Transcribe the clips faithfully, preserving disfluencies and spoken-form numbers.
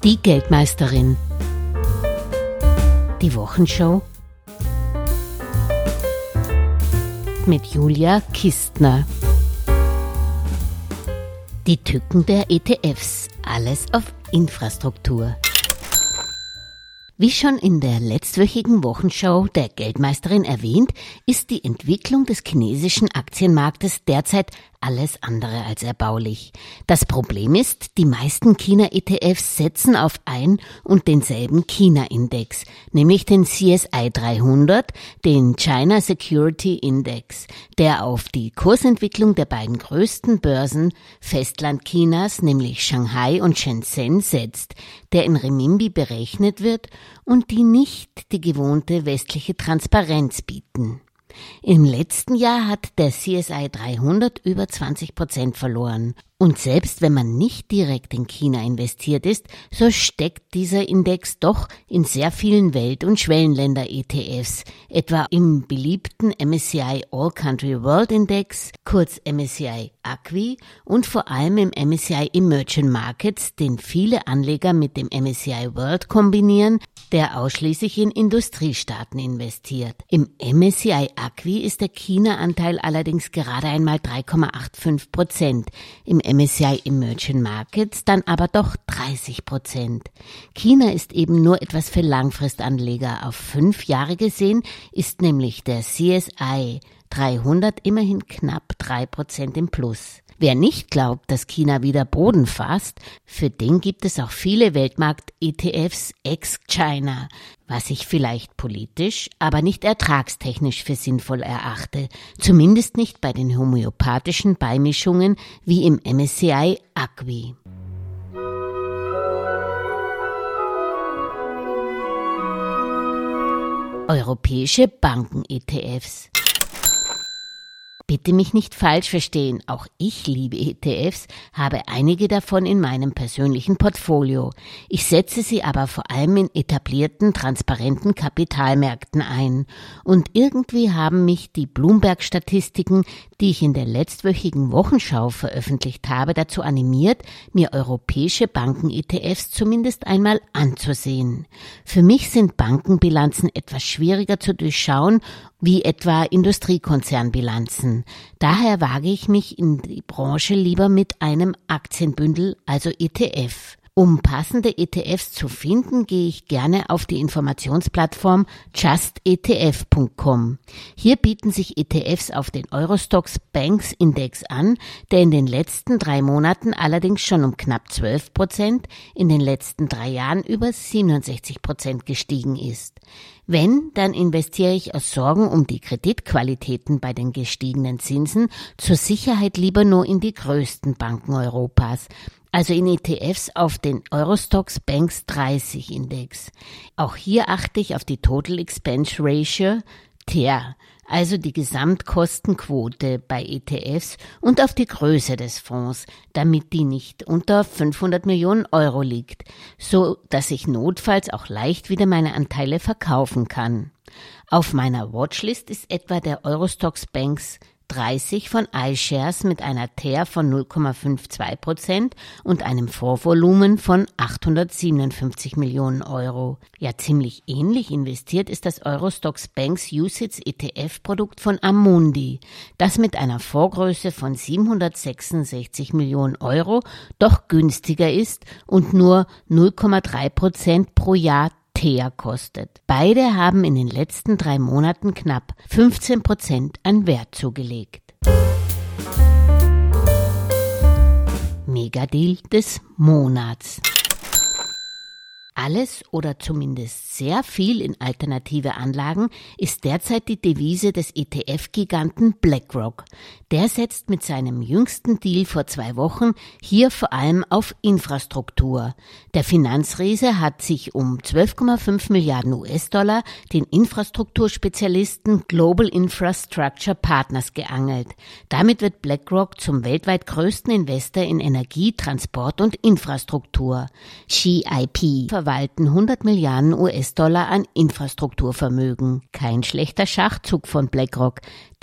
Die Geldmeisterin. Die Wochenshow mit Julia Kistner. Die Tücken der E T Fs. Alles auf Infrastruktur. Wie schon in der letztwöchigen Wochenshow der Geldmeisterin erwähnt, ist die Entwicklung des chinesischen Aktienmarktes derzeit alles andere als erbaulich. Das Problem ist, die meisten China-E T Fs setzen auf ein und denselben China-Index, nämlich den C S I dreihundert, den China Security Index, der auf die Kursentwicklung der beiden größten Börsen Festlandchinas, nämlich Shanghai und Shenzhen, setzt, der in Renminbi berechnet wird und die nicht die gewohnte westliche Transparenz bieten. Im letzten Jahr hat der C S I dreihundert über zwanzig Prozent verloren. Und selbst wenn man nicht direkt in China investiert ist, so steckt dieser Index doch in sehr vielen Welt- und Schwellenländer-E T Fs, etwa im beliebten M S C I All Country World Index, kurz M S C I A C W I, und vor allem im M S C I Emerging Markets, den viele Anleger mit dem M S C I World kombinieren, der ausschließlich in Industriestaaten investiert. Im M S C I A C W I ist der China-Anteil allerdings gerade einmal drei Komma fünfundachtzig Prozent, im M S C I Emerging Markets dann aber doch dreißig Prozent. China ist eben nur etwas für Langfristanleger. Auf fünf Jahre gesehen ist nämlich der C S I dreihundert immerhin knapp drei Prozent im Plus. Wer nicht glaubt, dass China wieder Boden fasst, für den gibt es auch viele Weltmarkt-E T Fs ex-China, was ich vielleicht politisch, aber nicht ertragstechnisch für sinnvoll erachte, zumindest nicht bei den homöopathischen Beimischungen wie im M S C I A C W I. Europäische Banken-E T Fs. Bitte mich nicht falsch verstehen, auch ich liebe E T Fs, habe einige davon in meinem persönlichen Portfolio. Ich setze sie aber vor allem in etablierten, transparenten Kapitalmärkten ein. Und irgendwie haben mich die Bloomberg-Statistiken, die ich in der letztwöchigen Wochenschau veröffentlicht habe, dazu animiert, mir europäische Banken-E T Fs zumindest einmal anzusehen. Für mich sind Bankenbilanzen etwas schwieriger zu durchschauen, wie etwa Industriekonzernbilanzen. Daher wage ich mich in die Branche lieber mit einem Aktienbündel, also E T F. Um passende E T Fs zu finden, gehe ich gerne auf die Informationsplattform just E T F punkt com. Hier bieten sich E T Fs auf den Eurostoxx Banks Index an, der in den letzten drei Monaten allerdings schon um knapp zwölf Prozent, in den letzten drei Jahren über siebenundsechzig Prozent gestiegen ist. Wenn, dann investiere ich aus Sorgen um die Kreditqualitäten bei den gestiegenen Zinsen zur Sicherheit lieber nur in die größten Banken Europas, also in E T Fs auf den Eurostoxx Banks dreißig Index. Auch hier achte ich auf die Total Expense Ratio, T E R, also die Gesamtkostenquote bei E T Fs, und auf die Größe des Fonds, damit die nicht unter fünfhundert Millionen Euro liegt, so dass ich notfalls auch leicht wieder meine Anteile verkaufen kann. Auf meiner Watchlist ist etwa der Eurostoxx Banks dreißig von iShares mit einer T E R von null Komma zweiundfünfzig Prozent und einem Fondsvolumen von achthundertsiebenundfünfzig Millionen Euro. Ja, ziemlich ähnlich investiert ist das Eurostoxx Banks U C I T S E T F-Produkt von Amundi, das mit einer Fondsgröße von siebenhundertsechsundsechzig Millionen Euro doch günstiger ist und nur null Komma drei Prozent pro Jahr T E R kostet. Beide haben in den letzten drei Monaten knapp fünfzehn Prozent an Wert zugelegt. Megadeal des Monats. Alles oder zumindest sehr viel in alternative Anlagen ist derzeit die Devise des E T F-Giganten BlackRock. Der setzt mit seinem jüngsten Deal vor zwei Wochen hier vor allem auf Infrastruktur. Der Finanzriese hat sich um zwölf Komma fünf Milliarden U S-Dollar den Infrastrukturspezialisten Global Infrastructure Partners geangelt. Damit wird BlackRock zum weltweit größten Investor in Energie, Transport und Infrastruktur. G I P verwalten hundert Milliarden U S-Dollar an Infrastrukturvermögen. Kein schlechter Schachzug von BlackRock,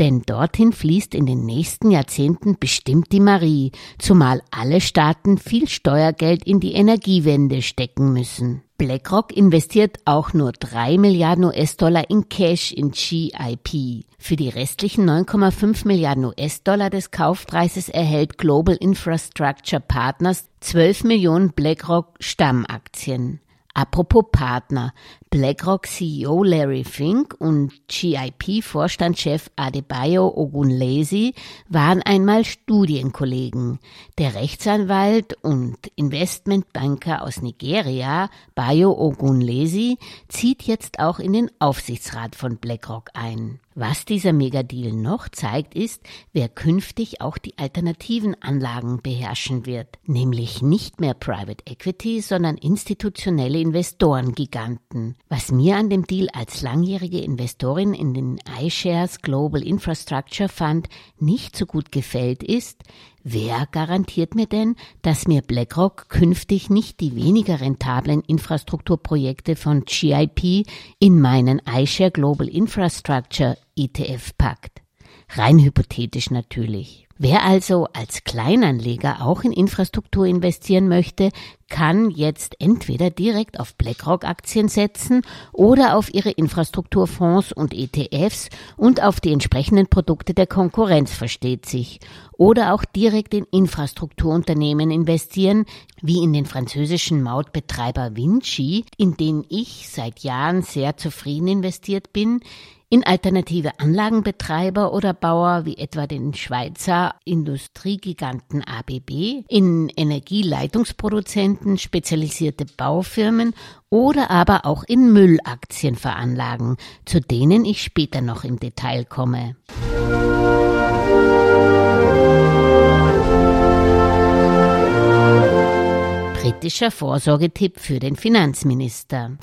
Denn dorthin fließt in den nächsten Jahrzehnten bestimmt die Marie, zumal alle Staaten viel Steuergeld in die Energiewende stecken müssen. BlackRock investiert auch nur drei Milliarden U S-Dollar in Cash in G I P. Für die restlichen neun Komma fünf Milliarden U S-Dollar des Kaufpreises erhält Global Infrastructure Partners zwölf Millionen BlackRock-Stammaktien. Apropos Partner, BlackRock C E O Larry Fink und G I P-Vorstandschef Adebayo Ogunlesi waren einmal Studienkollegen. Der Rechtsanwalt und Investmentbanker aus Nigeria, Bayo Ogunlesi, zieht jetzt auch in den Aufsichtsrat von BlackRock ein. Was dieser Megadeal noch zeigt, ist, wer künftig auch die alternativen Anlagen beherrschen wird, nämlich nicht mehr Private Equity, sondern institutionelle Investorengiganten. Was mir an dem Deal als langjährige Investorin in den iShares Global Infrastructure Fund nicht so gut gefällt, ist, wer garantiert mir denn, dass mir BlackRock künftig nicht die weniger rentablen Infrastrukturprojekte von G I P in meinen iShare Global Infrastructure E T F packt? Rein hypothetisch natürlich. Wer also als Kleinanleger auch in Infrastruktur investieren möchte, kann jetzt entweder direkt auf BlackRock-Aktien setzen oder auf ihre Infrastrukturfonds und E T Fs und auf die entsprechenden Produkte der Konkurrenz, versteht sich. Oder auch direkt in Infrastrukturunternehmen investieren, wie in den französischen Mautbetreiber Vinci, in den ich seit Jahren sehr zufrieden investiert bin, in alternative Anlagenbetreiber oder Bauer wie etwa den Schweizer Industriegiganten A B B, in Energieleitungsproduzenten, spezialisierte Baufirmen oder aber auch in Müllaktien veranlagen, zu denen ich später noch im Detail komme. Britischer Vorsorgetipp für den Finanzminister.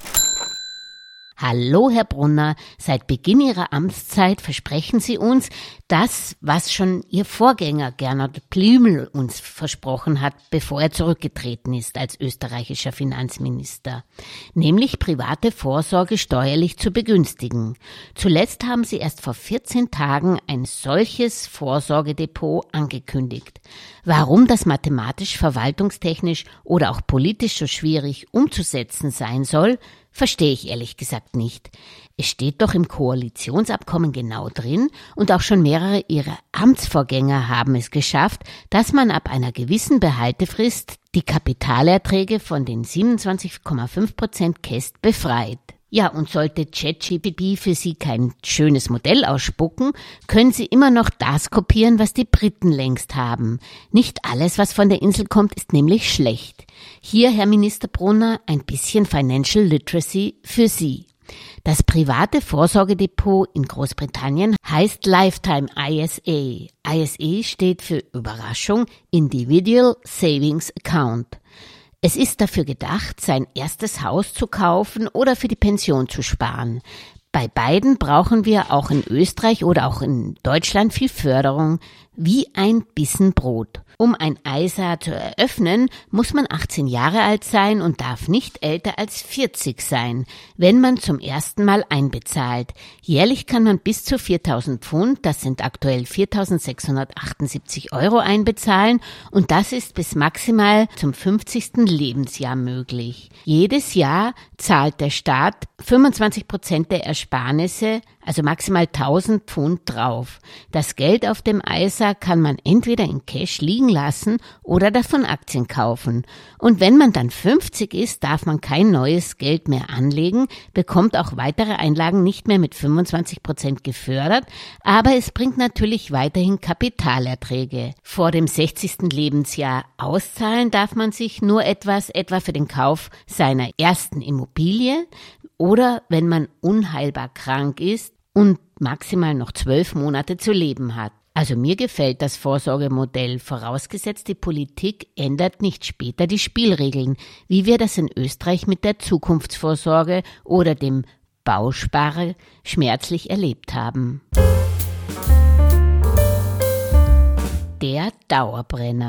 Hallo, Herr Brunner, seit Beginn Ihrer Amtszeit versprechen Sie uns das, was schon Ihr Vorgänger Gernot Blümel uns versprochen hat, bevor er zurückgetreten ist als österreichischer Finanzminister, nämlich private Vorsorge steuerlich zu begünstigen. Zuletzt haben Sie erst vor vierzehn Tagen ein solches Vorsorgedepot angekündigt. Warum das mathematisch, verwaltungstechnisch oder auch politisch so schwierig umzusetzen sein soll, verstehe ich ehrlich gesagt nicht. Es steht doch im Koalitionsabkommen genau drin und auch schon mehrere ihrer Amtsvorgänger haben es geschafft, dass man ab einer gewissen Behaltefrist die Kapitalerträge von den siebenundzwanzig Komma fünf Prozent Käst befreit. Ja, und sollte ChatGPT für Sie kein schönes Modell ausspucken, können Sie immer noch das kopieren, was die Briten längst haben. Nicht alles, was von der Insel kommt, ist nämlich schlecht. Hier, Herr Minister Brunner, ein bisschen Financial Literacy für Sie. Das private Vorsorgedepot in Großbritannien heißt Lifetime I S A. I S A steht für Überraschung Individual Savings Account. Es ist dafür gedacht, sein erstes Haus zu kaufen oder für die Pension zu sparen. Bei beiden brauchen wir auch in Österreich oder auch in Deutschland viel Förderung, wie ein Bissen Brot. Um ein I S A zu eröffnen, muss man achtzehn Jahre alt sein und darf nicht älter als vierzig sein, wenn man zum ersten Mal einbezahlt. Jährlich kann man bis zu viertausend Pfund, das sind aktuell viertausendsechshundertachtundsiebzig Euro einbezahlen und das ist bis maximal zum fünfzigsten Lebensjahr möglich. Jedes Jahr zahlt der Staat fünfundzwanzig Prozent der Ersparnisse, also maximal tausend Pfund drauf. Das Geld auf dem I S A kann man entweder in Cash liegen lassen oder davon Aktien kaufen. Und wenn man dann fünfzig ist, darf man kein neues Geld mehr anlegen, bekommt auch weitere Einlagen nicht mehr mit fünfundzwanzig Prozent gefördert, aber es bringt natürlich weiterhin Kapitalerträge. Vor dem sechzigsten Lebensjahr auszahlen darf man sich nur etwas, etwa für den Kauf seiner ersten Immobilie oder wenn man unheilbar krank ist und maximal noch zwölf Monate zu leben hat. Also mir gefällt das Vorsorgemodell, vorausgesetzt die Politik ändert nicht später die Spielregeln, wie wir das in Österreich mit der Zukunftsvorsorge oder dem Bausparer schmerzlich erlebt haben. Der Dauerbrenner.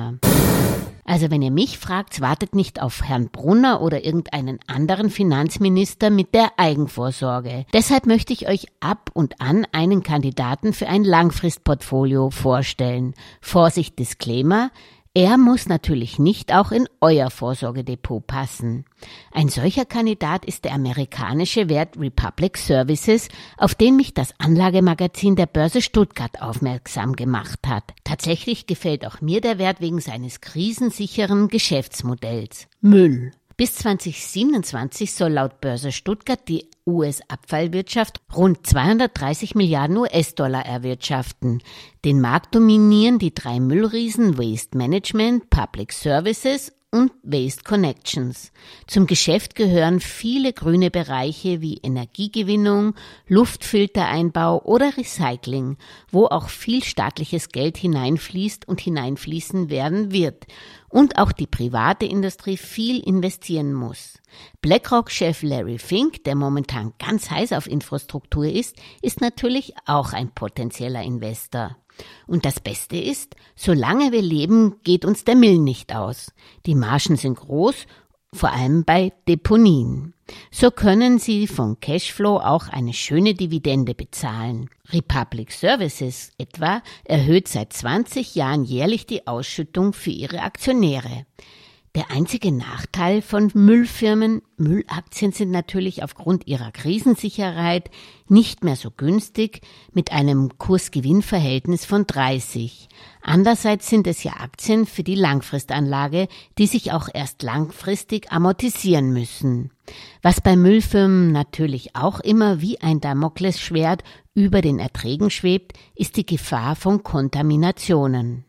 Also wenn ihr mich fragt, wartet nicht auf Herrn Brunner oder irgendeinen anderen Finanzminister mit der Eigenvorsorge. Deshalb möchte ich euch ab und an einen Kandidaten für ein Langfristportfolio vorstellen. Vorsicht, Disclaimer. Er muss natürlich nicht auch in euer Vorsorgedepot passen. Ein solcher Kandidat ist der amerikanische Wert Republic Services, auf den mich das Anlagemagazin der Börse Stuttgart aufmerksam gemacht hat. Tatsächlich gefällt auch mir der Wert wegen seines krisensicheren Geschäftsmodells. Müll. Bis zwanzig siebenundzwanzig soll laut Börse Stuttgart die U S-Abfallwirtschaft rund zweihundertdreißig Milliarden U S-Dollar erwirtschaften. Den Markt dominieren die drei Müllriesen Waste Management, Public Services und Waste Connections. Zum Geschäft gehören viele grüne Bereiche wie Energiegewinnung, Luftfiltereinbau oder Recycling, wo auch viel staatliches Geld hineinfließt und hineinfließen werden wird und auch die private Industrie viel investieren muss. BlackRock-Chef Larry Fink, der momentan ganz heiß auf Infrastruktur ist, ist natürlich auch ein potenzieller Investor. Und das Beste ist, solange wir leben, geht uns der Müll nicht aus. Die Margen sind groß, vor allem bei Deponien. So können Sie von Cashflow auch eine schöne Dividende bezahlen. Republic Services etwa erhöht seit zwanzig Jahren jährlich die Ausschüttung für ihre Aktionäre. Der einzige Nachteil von Müllfirmen, Müllaktien sind natürlich aufgrund ihrer Krisensicherheit nicht mehr so günstig mit einem Kurs-Gewinn-Verhältnis von dreißig. Andererseits sind es ja Aktien für die Langfristanlage, die sich auch erst langfristig amortisieren müssen. Was bei Müllfirmen natürlich auch immer wie ein Damoklesschwert über den Erträgen schwebt, ist die Gefahr von Kontaminationen.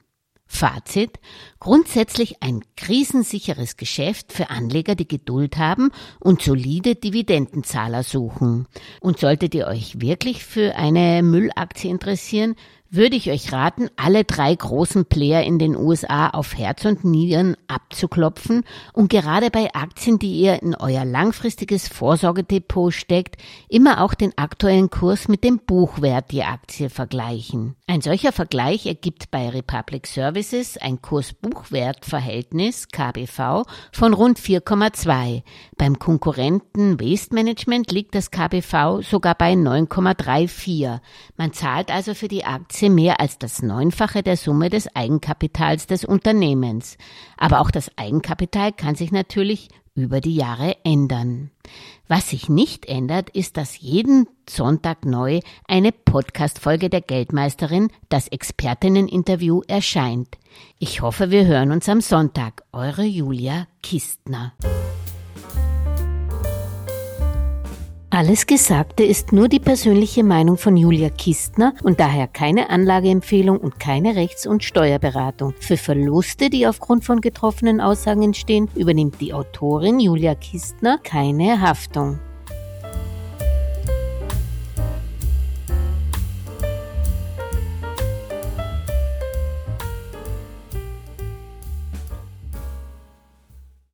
Fazit: Grundsätzlich ein krisensicheres Geschäft für Anleger, die Geduld haben und solide Dividendenzahler suchen. Und solltet ihr euch wirklich für eine Müllaktie interessieren, würde ich euch raten, alle drei großen Player in den U S A auf Herz und Nieren abzuklopfen und gerade bei Aktien, die ihr in euer langfristiges Vorsorgedepot steckt, immer auch den aktuellen Kurs mit dem Buchwert der Aktie vergleichen. Ein solcher Vergleich ergibt bei Republic Services ein Kurs-Buchwert-Verhältnis K B V von rund vier Komma zwei. Beim Konkurrenten Waste Management liegt das K B V sogar bei neun Komma vierunddreißig. Man zahlt also für die Aktie mehr als das Neunfache der Summe des Eigenkapitals des Unternehmens. Aber auch das Eigenkapital kann sich natürlich über die Jahre ändern. Was sich nicht ändert, ist, dass jeden Sonntag neu eine Podcast-Folge der Geldmeisterin, das Expertinneninterview, erscheint. Ich hoffe, wir hören uns am Sonntag. Eure Julia Kistner. Alles Gesagte ist nur die persönliche Meinung von Julia Kistner und daher keine Anlageempfehlung und keine Rechts- und Steuerberatung. Für Verluste, die aufgrund von getroffenen Aussagen entstehen, übernimmt die Autorin Julia Kistner keine Haftung.